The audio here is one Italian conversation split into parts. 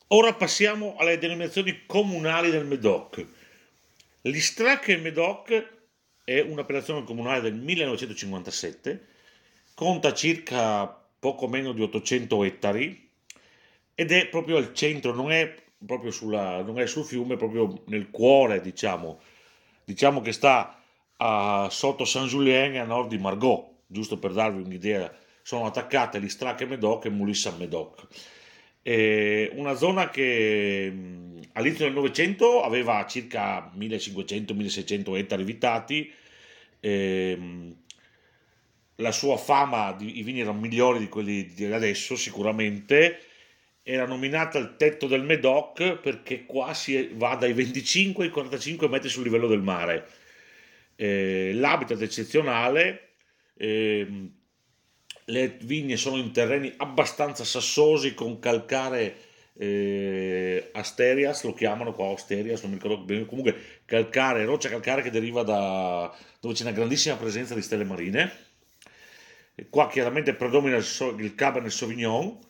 Ora passiamo alle denominazioni comunali del Médoc. L'Istrac e Médoc è un'appellazione comunale del 1957, conta circa poco meno di 800 ettari ed è proprio al centro, non è proprio non è sul fiume, è proprio nel cuore, diciamo. Diciamo che sta sotto Saint-Julien e a nord di Margaux, giusto per darvi un'idea. Sono attaccate l'Istrac e Médoc e Moulis-Saint-Médoc. Una zona che all'inizio del Novecento aveva circa 1500-1600 ettari vitati. ehm, la sua fama, i vini erano migliori di quelli di adesso sicuramente. Era nominata il tetto del Médoc perché qua si va dai 25 ai 45 metri sul livello del mare. L'habitat è eccezionale. ehm, le vigne sono in terreni abbastanza sassosi con calcare asterias, lo chiamano qua asterias, non mi ricordo bene, comunque calcare, roccia calcare che deriva da dove c'è una grandissima presenza di stelle marine. E qua chiaramente predomina il Cabernet Sauvignon.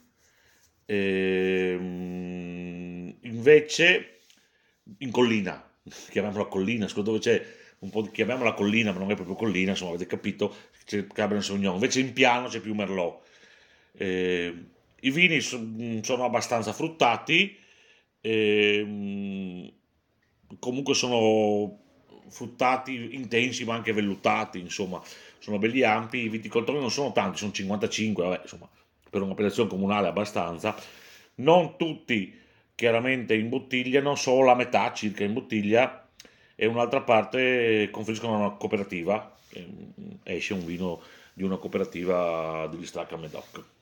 Invece in collina, chiamiamola collina, dove c'è un po' di, chiamiamola collina, ma non è proprio collina, insomma, avete capito, c'è il Cabernet Sauvignon, invece in piano c'è più Merlot. Eh, I vini sono abbastanza fruttati, e, comunque sono fruttati intensi ma anche vellutati, insomma, sono belli ampi, i viticoltori non sono tanti, sono 55, vabbè, insomma, per un'operazione comunale abbastanza. Non tutti chiaramente imbottigliano, solo la metà circa in bottiglia e un'altra parte conferiscono a una cooperativa, esce un vino di una cooperativa degli Stracca Medoc.